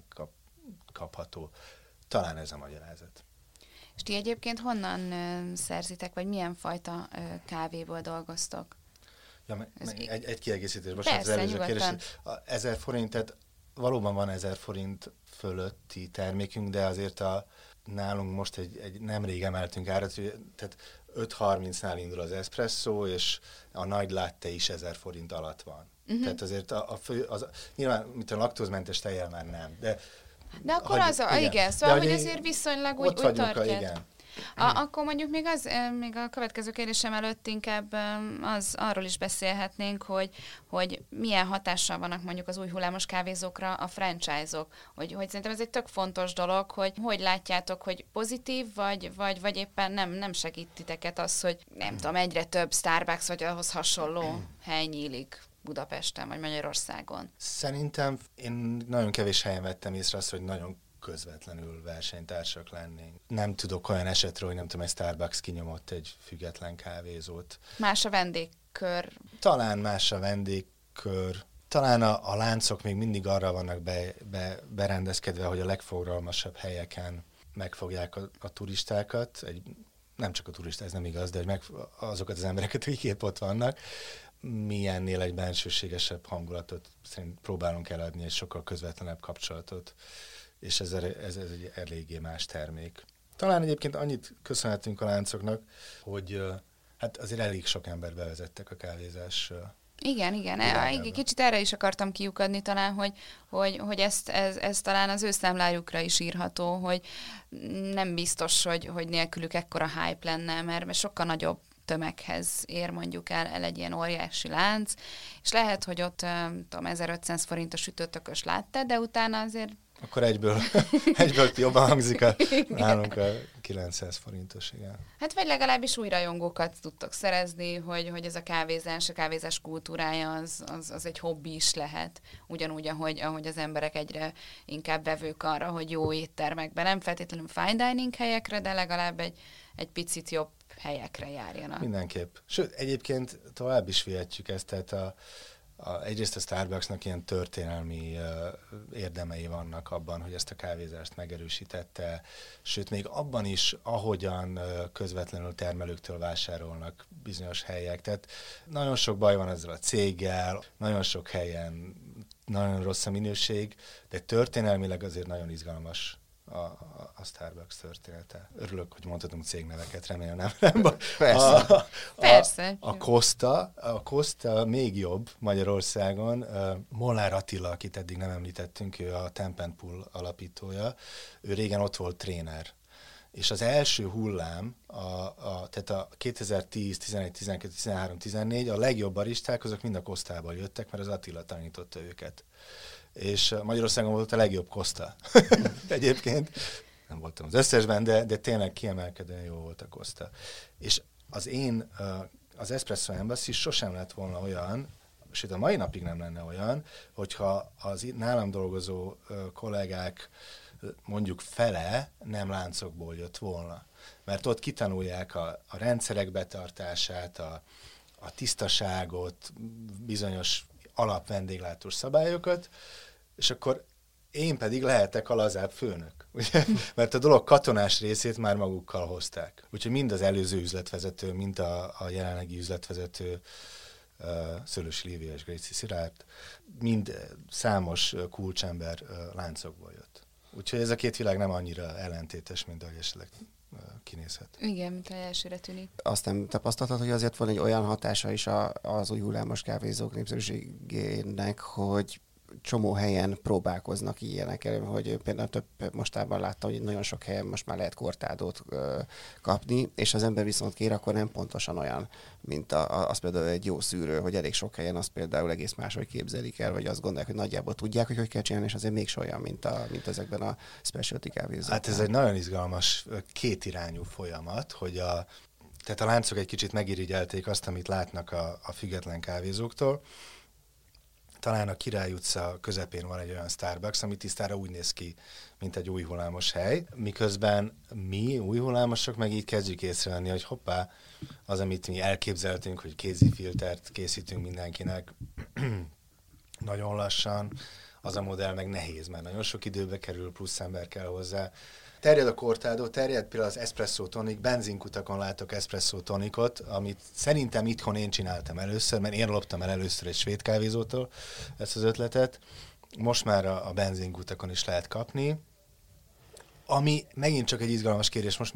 megkapható. Talán ez a magyarázat. És ti egyébként honnan szerzitek, vagy milyen fajta kávéból dolgoztok? Ja, egy kiegészítés, most persze, az előző kérdés. 1000 forint, tehát valóban van 1000 forint fölötti termékünk, de azért nálunk most egy nemrég emeltünk árat, tehát 5.30-nál indul az espresso, és a nagy latte is 1000 forint alatt van. Uh-huh. Tehát azért nyilván, mint a laktózmentes tejjel már nem, de akkor igen, szóval, hogy azért viszonylag úgy tartják. Igen. Akkor mondjuk még a következő kérdésem előtt inkább arról is beszélhetnénk, hogy milyen hatással vannak mondjuk az új hullámos kávézókra a franchise-ok. Hogy szerintem ez egy tök fontos dolog, hogy látjátok, hogy pozitív, vagy éppen nem segít titeket az, hogy nem tudom, egyre több Starbucks vagy ahhoz hasonló hely nyílik Budapesten vagy Magyarországon. Szerintem én nagyon kevés helyen vettem észre azt, hogy nagyon közvetlenül versenytársak lennénk. Nem tudok olyan esetről, hogy nem tudom, egy Starbucks kinyomott egy független kávézót. Más a vendégkör. Talán más a vendégkör. Talán a láncok még mindig arra vannak berendezkedve, hogy a legforgalmasabb helyeken megfogják a turistákat. Nem csak a turisták, ez nem igaz, de azokat az embereket, akik épp ott vannak. Mi ennél egy bensőségesebb hangulatot szerint próbálunk eladni, egy sokkal közvetlenebb kapcsolatot, és ez egy eléggé más termék. Talán egyébként annyit köszönhetünk a láncoknak, hogy hát azért elég sok ember bevezettek a kávézás. Igen. Kicsit erre is akartam kiukadni talán, hogy ez talán az ő számlájukra is írható, hogy nem biztos, hogy nélkülük ekkora hype lenne, mert sokkal nagyobb tömeghez ér mondjuk el egy ilyen óriási lánc, és lehet, hogy ott 1500 forintos sütőtökös látta, de utána azért... Akkor egyből jobban hangzik nálunk a 900 forintos, igen. Hát vagy legalábbis új rajongókat tudtok szerezni, hogy ez a kávézás kultúrája az egy hobbi is lehet. Ugyanúgy, ahogy az emberek egyre inkább vevők arra, hogy jó éttermekben, nem feltétlenül fine dining helyekre, de legalább egy picit jobb helyekre járjanak. Mindenképp. Sőt, egyébként tovább is vihetjük ezt, tehát egyrészt a Starbucksnak ilyen történelmi érdemei vannak abban, hogy ezt a kávézást megerősítette, sőt még abban is, ahogyan közvetlenül termelőktől vásárolnak bizonyos helyek. Tehát nagyon sok baj van ezzel a céggel, nagyon sok helyen nagyon rossz a minőség, de történelmileg azért nagyon izgalmas a Starbucks története. Örülök, hogy mondhatunk cégneveket, remélem nem. Persze. Persze. A Costa még jobb Magyarországon. Molnár Attila, akit eddig nem említettünk, ő a Tempenpool alapítója. Ő régen ott volt tréner. És az első hullám, tehát a 2010, 11, 12, 13, 14, a legjobb baristák, azok mind a Costából jöttek, mert az Attila tanította őket. És Magyarországon volt a legjobb Costa. Egyébként nem voltam az összesben, de tényleg kiemelkedően jó volt a Costa. És az Espresso Embassy sosem lett volna olyan, sőt a mai napig nem lenne olyan, hogyha az nálam dolgozó kollégák mondjuk fele nem láncokból jött volna. Mert ott kitanulják a rendszerek betartását, a tisztaságot, bizonyos alapvendéglátós szabályokat, és akkor én pedig lehetek a lazább főnök. Ugye? Mert a dolog katonás részét már magukkal hozták. Úgyhogy mind az előző üzletvezető, mind a jelenlegi üzletvezető, Szőlősi Lívia és Gréci Szilárd, mind számos kulcsember láncokból jött. Úgyhogy ez a két világ nem annyira ellentétes, mint ahogy esetleg kinézhet. Igen, mint a elsőre tűnik. Azt nem tapasztaltad, hogy azért van egy olyan hatása is az új hullámos kávézók népszerűségének, hogy csomó helyen próbálkoznak ilyenekkel, hogy például mostában láttam, hogy nagyon sok helyen most már lehet kortádót kapni, és az ember viszont kér, akkor nem pontosan olyan, mint az például egy jó szűrő, hogy elég sok helyen azt például egész máshogy képzelik el, vagy azt gondolják, hogy nagyjából tudják, hogy kell csinálni, és azért mégis olyan, mint ezekben a specialty kávézókban. Hát ez egy nagyon izgalmas, kétirányú folyamat, hogy tehát a láncok egy kicsit megirigyelték azt, amit látnak a független kávézóktól. Talán a Király utca közepén van egy olyan Starbucks, ami tisztára úgy néz ki, mint egy új hullámos hely, miközben mi, új hullámosok, meg így kezdjük észrevenni, hogy hoppá, az, amit mi elképzeltünk, hogy kézifiltert készítünk mindenkinek, nagyon lassan, az a modell meg nehéz, mert nagyon sok időbe kerül, plusz ember kell hozzá. Terjed a cortado, terjed például az espresso tonik, benzinkutakon látok espresso tonikot, amit szerintem itthon én csináltam először, mert én loptam el először egy svéd kávézótól ezt az ötletet. Most már a benzinkutakon is lehet kapni, ami megint csak egy izgalmas kérdés. Most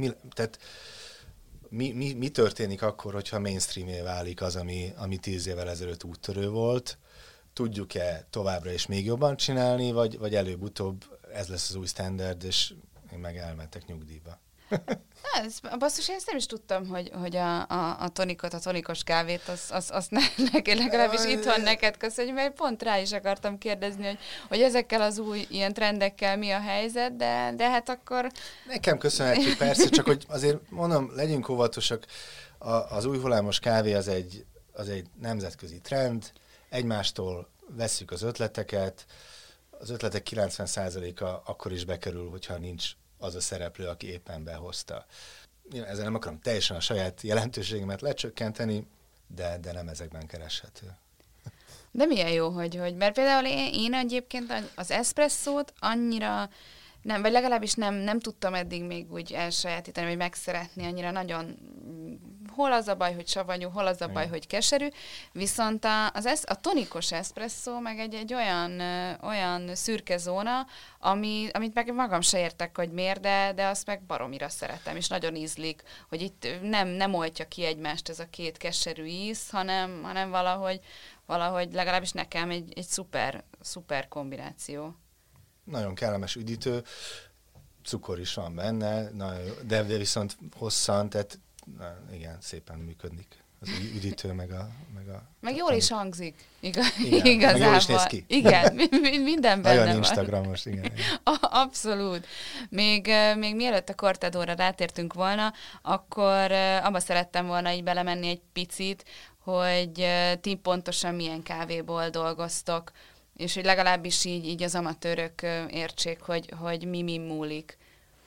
mi történik akkor, hogyha mainstreamé válik az, ami 10 évvel ezelőtt úttörő volt? Tudjuk-e továbbra is még jobban csinálni, vagy előbb-utóbb ez lesz az új standard, és én meg elmentek nyugdíjba. Basszus, én ezt nem is tudtam, hogy a tonikot, a tonikos kávét, azt legalábbis itthon neked köszönjük, mert pont rá is akartam kérdezni, hogy ezekkel az új ilyen trendekkel mi a helyzet, de hát akkor... Nekem köszönhetjük, persze, csak hogy azért mondom, legyünk óvatosak, az új hullámos kávé az egy nemzetközi trend, egymástól vesszük az ötleteket, az ötletek 90%-a akkor is bekerül, hogyha nincs az a szereplő, aki éppen behozta. Ezzel nem akarom teljesen a saját jelentőségemet lecsökkenteni, de nem ezekben kereshető. De milyen jó, hogy mert például én egyébként az eszpresszót annyira nem, vagy legalábbis nem tudtam eddig még úgy elsajátítani, vagy megszeretni annyira nagyon, hol az a baj, hogy savanyú, hol az a baj, hogy keserű, viszont a tonikos eszpresszó meg egy olyan szürke zóna, amit meg magam se értek, hogy miért, de azt meg baromira szeretem, és nagyon ízlik, hogy itt nem oltja ki egymást ez a két keserű íz, hanem valahogy legalábbis nekem egy szuper kombináció. Nagyon kellemes üdítő, cukor is van benne, de viszont hosszan, tehát igen, szépen működik az üdítő, meg jól is hangzik, igazából. Meg jól is néz ki. Igen, minden benne nagyon van. instagramos, igen. Abszolút. Még mielőtt a cortadóra rátértünk volna, akkor abba szerettem volna így belemenni egy picit, hogy ti pontosan milyen kávéból dolgoztok, és hogy legalábbis így az amatőrök értsék, hogy mi múlik.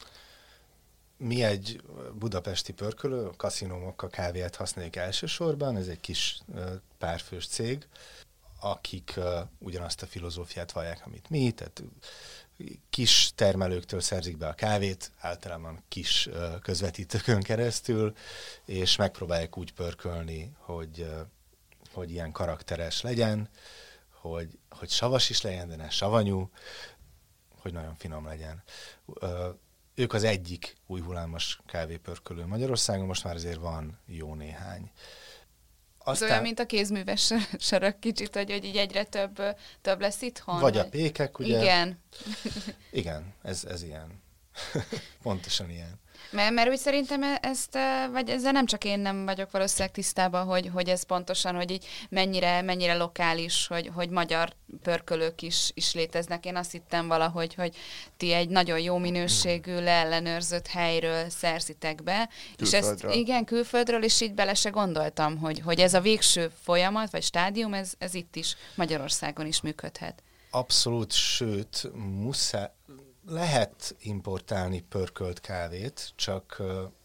Mi egy budapesti pörkölő, Casino Mokka kávéját használjuk elsősorban, ez egy kis párfős cég. akik ugyanazt a filozófiát vallják, amit mi, tehát kis termelőktől szerzik be a kávét, általában kis közvetítőkön keresztül, és megpróbálják úgy pörkölni, hogy ilyen karakteres legyen, hogy savas is legyen, de ne savanyú, hogy nagyon finom legyen. Ők az egyik új hullámos kávépörkölő Magyarországon, most már azért van jó néhány. Aztán... olyan, mint a kézműves sörök kicsit, hogy így egyre több lesz itthon? Vagy a pékek, ugye? Igen. Igen, ez ilyen. Pontosan ilyen. Mert úgy szerintem vagy ezzel nem csak én nem vagyok valószínűleg tisztában, hogy ez pontosan, hogy így mennyire lokális, hogy magyar pörkölők is léteznek. Én azt hittem valahogy, hogy ti egy nagyon jó minőségű, leellenőrzött helyről szerzitek be. Külföldről. És ezt, igen, külföldről, és így bele se gondoltam, hogy ez a végső folyamat, vagy stádium, ez itt is Magyarországon is működhet. Abszolút, sőt, lehet importálni pörkölt kávét, csak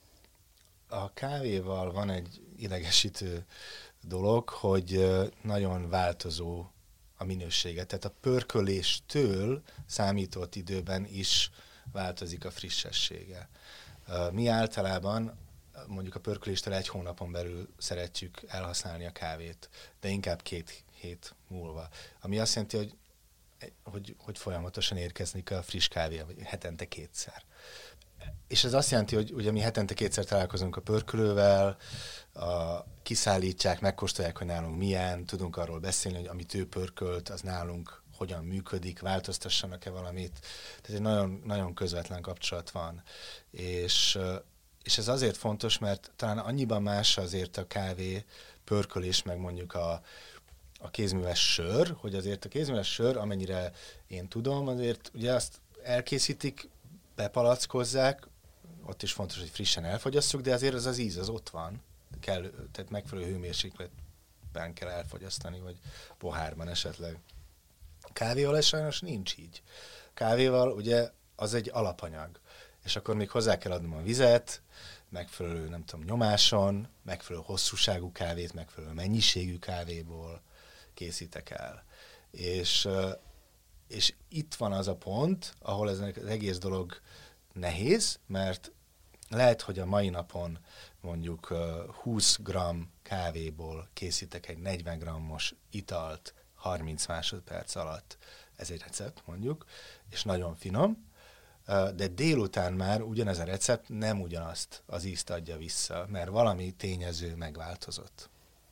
a kávéval van egy idegesítő dolog, hogy nagyon változó a minősége. Tehát a pörköléstől számított időben is változik a frissessége. Mi általában mondjuk a pörköléstől 1 hónapon belül szeretjük elhasználni a kávét, de inkább 2 hét múlva. Ami azt jelenti, hogy folyamatosan érkezik a friss kávé, vagy hetente 2-szer. És ez azt jelenti, hogy ugye mi hetente 2-szer találkozunk a pörkölővel, kiszállítják, megkóstolják, hogy nálunk milyen, tudunk arról beszélni, hogy amit ő pörkölt, az nálunk hogyan működik, változtassanak-e valamit. Tehát egy nagyon, nagyon közvetlen kapcsolat van. És ez azért fontos, mert talán annyiban más azért a kávé pörkölés, meg mondjuk a kézműves sör, hogy azért a kézműves sör, amennyire én tudom, azért ugye azt elkészítik, bepalackozzák, ott is fontos, hogy frissen elfogyasszuk, de azért az íz az ott van. Tehát megfelelő hőmérsékletben kell elfogyasztani, vagy pohárban esetleg. Kávéval sajnos nincs így. Kávéval ugye az egy alapanyag, és akkor még hozzá kell adnom a vizet, megfelelő, nem tudom, nyomáson, megfelelő hosszúságú kávét, megfelelő mennyiségű kávéból készítek el. És itt van az a pont, ahol ez az egész dolog nehéz, mert lehet, hogy a mai napon mondjuk 20 g kávéból készítek egy 40 g-os italt 30 másodperc alatt. Ez egy recept mondjuk, és nagyon finom, de délután már ugyanez a recept nem ugyanazt az ízt adja vissza, mert valami tényező megváltozott.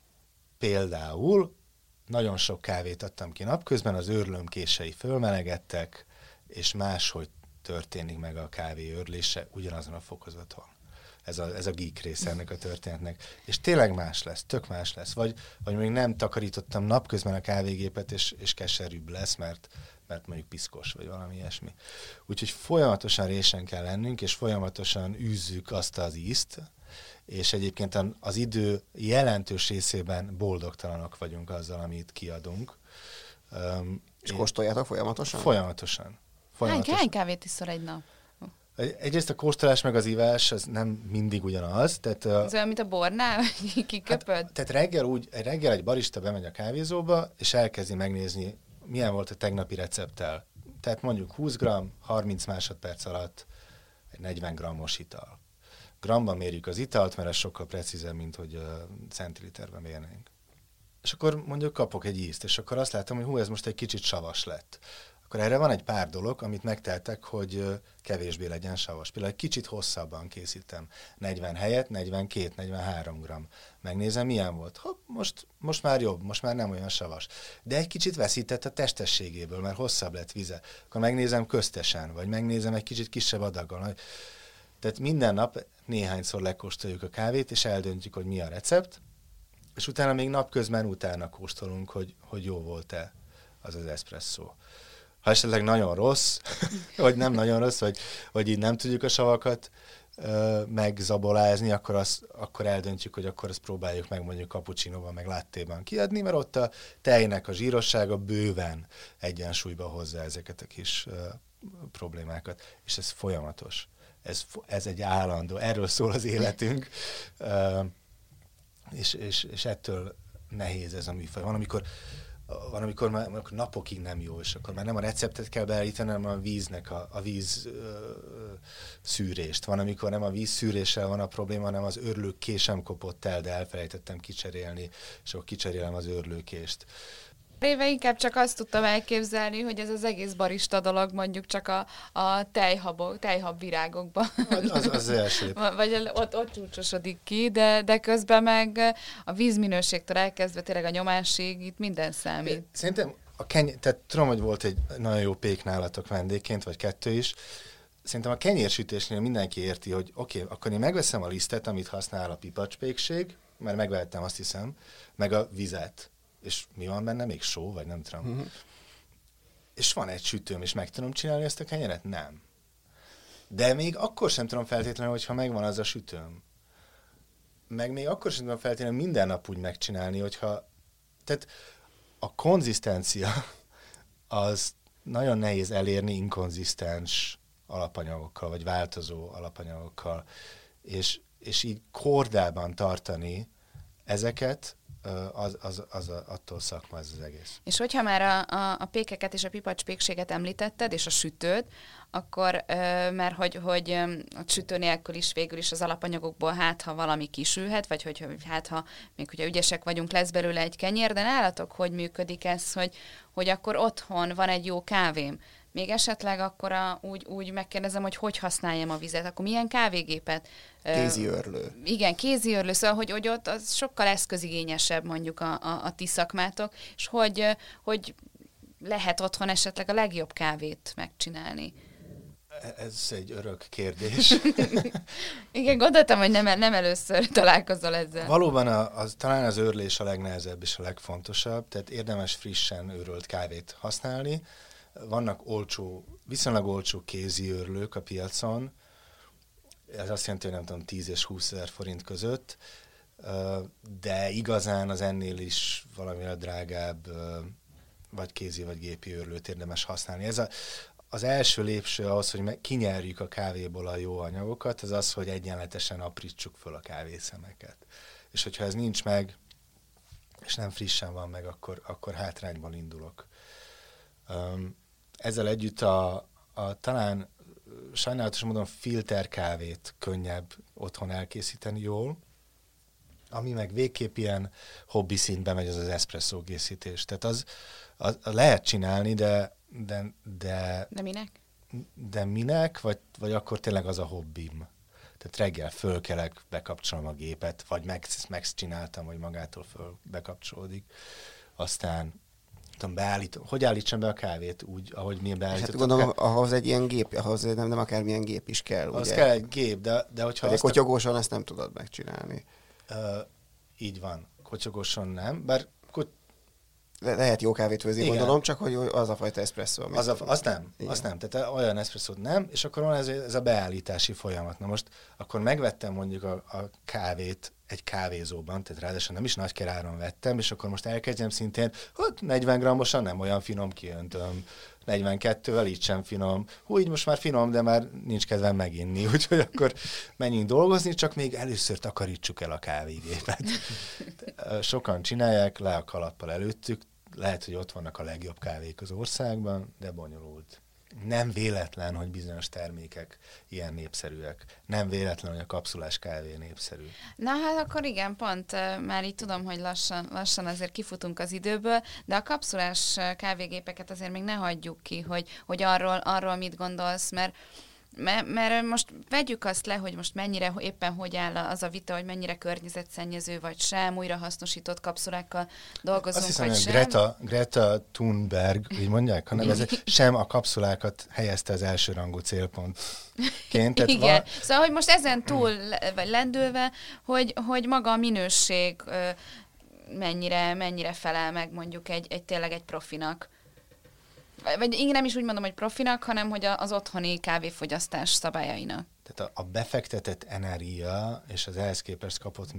Például nagyon sok kávét adtam ki napközben, az őrlömkései fölmelegedtek, és máshogy történik meg a kávé őrlése ugyanazon a fokozaton. Ez a geek része ennek a történetnek. És tényleg más lesz, tök más lesz. Vagy még nem takarítottam napközben a kávégépet, és keserűbb lesz, mert mondjuk piszkos, vagy valami ilyesmi. Úgyhogy folyamatosan résen kell lennünk, és folyamatosan űzzük azt az ízt, és egyébként az idő jelentős részében boldogtalanok vagyunk azzal, amit kiadunk. És kóstoljátok folyamatosan? Folyamatosan. Hány kávét iszol egy nap? Egyrészt a kóstolás meg az ivás, az nem mindig ugyanaz. Tehát, ez olyan, mint a bornál, hogy kiköpöd? Tehát reggel egy barista bemegy a kávézóba, és elkezdi megnézni, milyen volt a tegnapi recepttel. Tehát mondjuk 20 g, 30 másodperc alatt egy 40 g-os ital. Gramban mérjük az italt, mert ez sokkal precízebb, mint hogy centiliterben mérnénk. És akkor mondjuk kapok egy ízt, és akkor azt látom, hogy ez most egy kicsit savas lett. Akkor erre van egy pár dolog, amit megteltek, hogy kevésbé legyen savas. Például egy kicsit hosszabban készítem. 40 helyett 42-43 g. Megnézem, milyen volt. Hopp, most már jobb, most már nem olyan savas. De egy kicsit veszített a testességéből, mert hosszabb lett vize. Akkor megnézem köztesen, vagy megnézem egy kicsit kisebb adaggal. Tehát minden nap néhányszor lekóstoljuk a kávét, és eldöntjük, hogy mi a recept, és utána még napközben utána kóstolunk, hogy jó volt-e az eszpresszó. Ha esetleg nagyon rossz, vagy nem nagyon rossz, vagy így nem tudjuk a savakat megzabolázni, akkor eldöntjük, hogy akkor azt próbáljuk meg mondjuk cappuccinóban, meg lattéban kiadni, mert ott a tejnek a zsírossága bőven egyensúlyba hozza ezeket a kis problémákat, és ez folyamatos. Ez egy állandó, erről szól az életünk, és ettől nehéz ez a műfaj. Van, amikor van, amikor napokig nem jó, és akkor már nem a receptet kell beállítani, hanem a víznek a víz szűrést. Van, amikor nem a vízszűréssel van a probléma, hanem az őrlőkésem kopott el, de elfelejtettem kicserélni, és akkor kicserélem az őrlőkést. Éve inkább csak azt tudtam elképzelni, hogy ez az egész barista dolog mondjuk csak a tejhab virágokban. Az első. Vagy ott csúcsosodik ki, de közben meg a vízminőségtől elkezdve tényleg a nyomásig itt minden számít. Szerintem tehát tudom, hogy volt egy nagyon jó pék nálatok vendégként, vagy 2 is. Szerintem a kenyérsütésnél mindenki érti, hogy oké, akkor én megveszem a lisztet, amit használ a pipacspékség, mert megvehettem, azt hiszem, meg a vizet. És mi van benne? Még só, vagy nem tudom. Uh-huh. És van egy sütőm, és meg tudom csinálni ezt a kenyeret? Nem. De még akkor sem tudom feltétlenül, hogyha megvan az a sütőm. Meg még akkor sem tudom feltétlenül minden nap úgy megcsinálni, hogyha... Tehát a konzisztencia az nagyon nehéz elérni inkonzisztens alapanyagokkal, vagy változó alapanyagokkal. És így kordában tartani ezeket, attól szakma ez az egész. És hogyha már a pékeket és a pipacspékséget említetted, és a sütőt, akkor, mert hogy a sütő nélkül is végül is az alapanyagokból ha valami kisülhet, vagy hogy ha még hogyha ügyesek vagyunk, lesz belőle egy kenyér, de nálatok hogy működik ez, hogy akkor otthon van egy jó kávém, még esetleg akkor úgy megkérdezem, hogy használjam a vizet, akkor milyen kávégépet? Kéziörlő. Igen, kéziörlő, szóval, hogy ott az sokkal eszközigényesebb mondjuk a ti szakmátok, és hogy lehet otthon esetleg a legjobb kávét megcsinálni. Ez egy örök kérdés. Igen, gondoltam, hogy nem először találkozol ezzel. Valóban talán az őrlés a legnehezebb és a legfontosabb, tehát érdemes frissen őrölt kávét használni. Vannak viszonylag olcsó kézi őrlők a piacon, ez azt jelenti, hogy nem tudom, 10 és 20 000 forint között, de igazán az ennél is valamivel drágább, vagy kézi, vagy gépi őrlőt érdemes használni. Ez az első lépcső ahhoz, hogy kinyerjük a kávéból a jó anyagokat, az az, hogy egyenletesen aprítsuk föl a kávészemeket. És hogyha ez nincs meg, és nem frissen van meg, akkor hátrányban indulok. Ezzel együtt talán sajnálatos módon filterkávét könnyebb otthon elkészíteni jól, ami meg végképp ilyen hobbi szintbe megy, az eszpresszó készítés. Tehát az lehet csinálni, de minek? De minek, vagy akkor tényleg az a hobbim. Tehát reggel fölkelek, bekapcsolom a gépet, vagy megcsináltam, hogy magától bekapcsolódik. Aztán beállítom. Hogy állítsam be a kávét úgy, ahogy mi beállítottam? Hát gondolom, ahhoz egy ilyen gép, ahhoz nem akármilyen gép is kell. Ahhoz kell egy gép, de hogyha... De kotyogósan ezt nem tudod megcsinálni. Így van. Kotyogósan nem, bár... Lehet jó kávét főzni, gondolom, csak hogy az a fajta eszpresszó. Azt nem. Tehát olyan eszpresszót nem, és akkor van ez a beállítási folyamat. Na most akkor megvettem mondjuk a kávét egy kávézóban, tehát ráadásul nem is nagy keráron vettem, és akkor most elkezdjem szintén, 40 grammosan nem olyan finom, kiöntöm. 42-vel így sem finom. Így most már finom, de már nincs kedvem meginni, úgyhogy akkor menjünk dolgozni, csak még először takarítsuk el a kávégépet. Sokan csinálják, le a kalappal előttük, lehet, hogy ott vannak a legjobb kávék az országban, de bonyolult. Nem véletlen, hogy bizonyos termékek ilyen népszerűek. Nem véletlen, hogy a kapszulás kávé népszerű. Na hát akkor igen, pont már így tudom, hogy lassan azért kifutunk az időből, de a kapszulás kávégépeket azért még ne hagyjuk ki, hogy arról mit gondolsz, mert most vegyük azt le, hogy most mennyire éppen hogy áll az a vita, hogy mennyire környezetszennyező vagy sem, újrahasznosított kapszulákkal dolgozunk, azt hiszem, vagy sem. Greta Thunberg, így mondják, hanem sem a kapszulákat helyezte az elsőrangú célpontként. Igen, szóval, hogy most ezen túl vagy lendülve, hogy maga a minőség mennyire felel meg mondjuk tényleg egy profinak. Vagy én nem is úgy mondom, hogy profinak, hanem hogy az otthoni kávéfogyasztás szabályainak. Tehát a befektetett energia és az ehhez képest kapott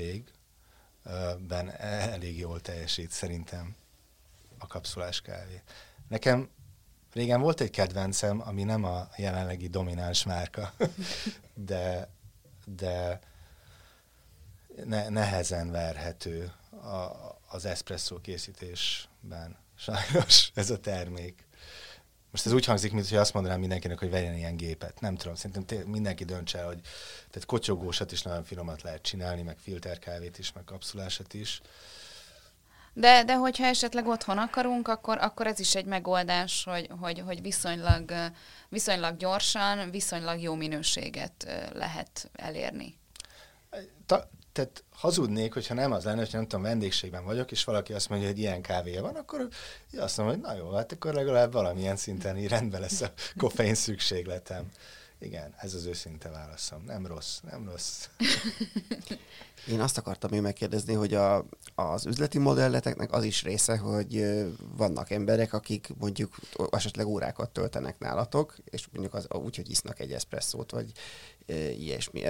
minőségben elég jól teljesít szerintem a kapszulás kávé. Nekem régen volt egy kedvencem, ami nem a jelenlegi domináns márka, de nehezen verhető az eszpresszó készítésben. Sajnos ez a termék. Most ez úgy hangzik, mintha azt mondanám mindenkinek, hogy vegyen ilyen gépet. Nem tudom, szerintem mindenki döntse, hogy tehát kotyogósat is nagyon finomat lehet csinálni, meg filterkávét is, meg kapszulásat is. De hogyha esetleg otthon akarunk, akkor ez is egy megoldás, hogy viszonylag gyorsan, viszonylag jó minőséget lehet elérni. Tehát hazudnék, hogyha nem az lenne, hogyha nem tudom, vendégségben vagyok, és valaki azt mondja, hogy ilyen kávéja van, akkor azt mondom, hogy na jó, hát akkor legalább valamilyen szinten így rendben lesz a koffein szükségletem. Igen, ez az őszinte válaszom. Nem rossz. Én azt akartam még megkérdezni, hogy az üzleti modelleteknek az is része, hogy vannak emberek, akik mondjuk esetleg órákat töltenek nálatok, és mondjuk úgy, hogy isznak egy eszpresszót, vagy ilyesmi.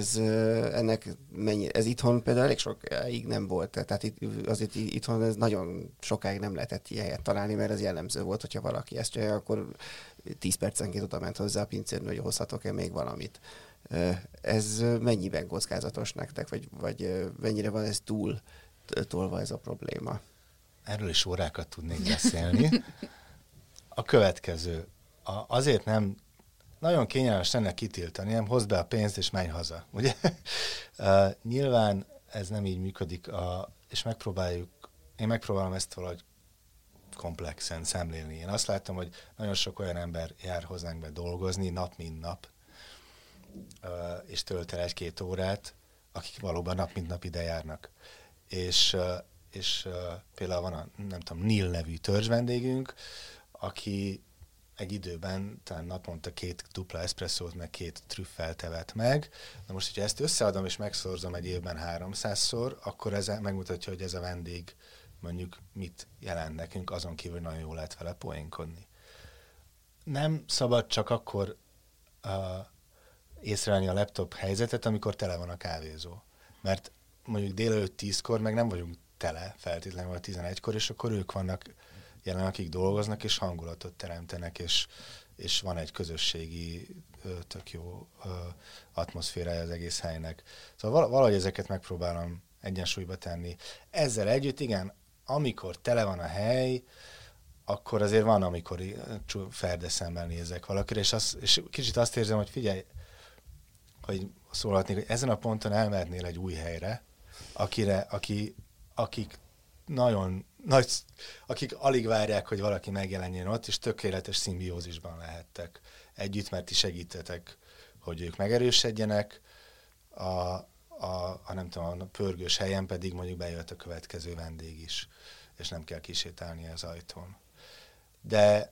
Ez itthon például elég sokáig nem volt. Tehát azért itthon ez nagyon sokáig nem lehetett ilyen helyet találni, mert ez jellemző volt, hogyha valaki ezt csinálja, akkor 10 percenként oda ment hozzá a pincérnő, hogy hozhatok-e még valamit. Ez mennyiben kockázatos nektek, vagy mennyire van ez tolva ez a probléma? Erről is órákat tudnék beszélni. A következő. Azért nem nagyon kényelmes lenne kitiltani, nem hozd be a pénzt és menj haza. Ugye? Nyilván ez nem így működik, és én megpróbálom ezt valahogy komplexen szemlélni. Én azt látom, hogy nagyon sok olyan ember jár hozzánk be dolgozni, nap mint nap, és tölt el 1-2 órát, akik valóban nap mint nap ide járnak. És például van a, nem tudom, Neil nevű törzsvendégünk, aki egy időben talán naponta 2 dupla eszpresszót, meg 2 trüffelt evett meg. Na most, hogyha ezt összeadom és megszorzom egy évben 300-szor, akkor ez megmutatja, hogy ez a vendég mondjuk mit jelent nekünk, azon kívül nagyon jól lehet vele poénkodni. Nem szabad csak akkor észrevenni a laptop helyzetet, amikor tele van a kávézó. Mert mondjuk délelőtt 10-kor meg nem vagyunk tele feltétlenül, vagy 11-kor, és akkor ők vannak jelen, akik dolgoznak, és hangulatot teremtenek, és van egy közösségi, tök jó atmoszférája az egész helynek. Szóval valahogy ezeket megpróbálom egyensúlyba tenni. Ezzel együtt, igen, amikor tele van a hely, akkor azért van, amikor ferdeszemmel nézek valakire, és kicsit azt érzem, hogy figyelj, hogy szólhatnék, hogy ezen a ponton elmehetnél egy új helyre, akik alig várják, hogy valaki megjelenjen ott, és tökéletes szimbiózisban lehettek együtt, mert ti segítetek, hogy ők megerősödjenek, nem tudom, a pörgős helyen pedig mondjuk bejött a következő vendég is, és nem kell kisétálni az ajtón. De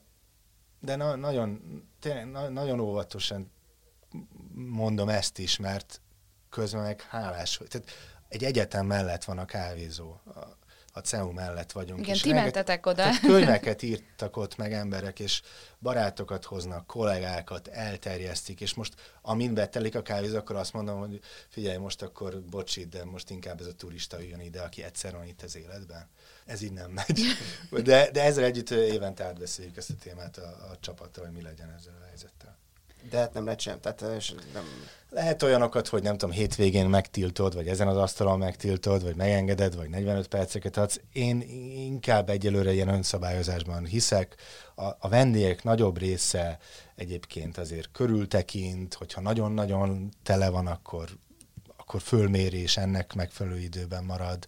nagyon óvatosan mondom ezt is, mert közben meg hálás. Tehát egy egyetem mellett van a kávézó, a CEU mellett vagyunk. Igen, ti mentetek oda. Könyveket írtak ott meg emberek, és barátokat hoznak, kollégákat, elterjesztik, és most amint betelik a kávézó, akkor azt mondom, hogy figyelj, most akkor bocsi, de most inkább ez a turista jön ide, aki egyszer van itt az életben. Ez így nem megy. De ezzel együtt évente átbeszéljük ezt a témát a csapattal, hogy mi legyen ezzel a helyzettel. De hát nem lehet sem. Tehát nem... Lehet olyanokat, hogy nem tudom, hétvégén megtiltod, vagy ezen az asztalon megtiltod, vagy megengeded, vagy 45 perceket adsz. Én inkább egyelőre ilyen önszabályozásban hiszek. A vendégek nagyobb része egyébként azért körültekint, hogyha nagyon-nagyon tele van, akkor fölméri, és ennek megfelelő időben marad.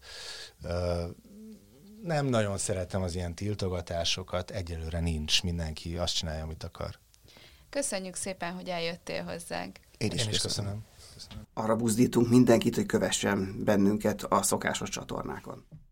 Nem nagyon szeretem az ilyen tiltogatásokat, egyelőre nincs, mindenki azt csinálja, amit akar. Köszönjük szépen, hogy eljöttél hozzánk. Én is köszönöm. Arra buzdítunk mindenkit, hogy kövessen bennünket a szokásos csatornákon.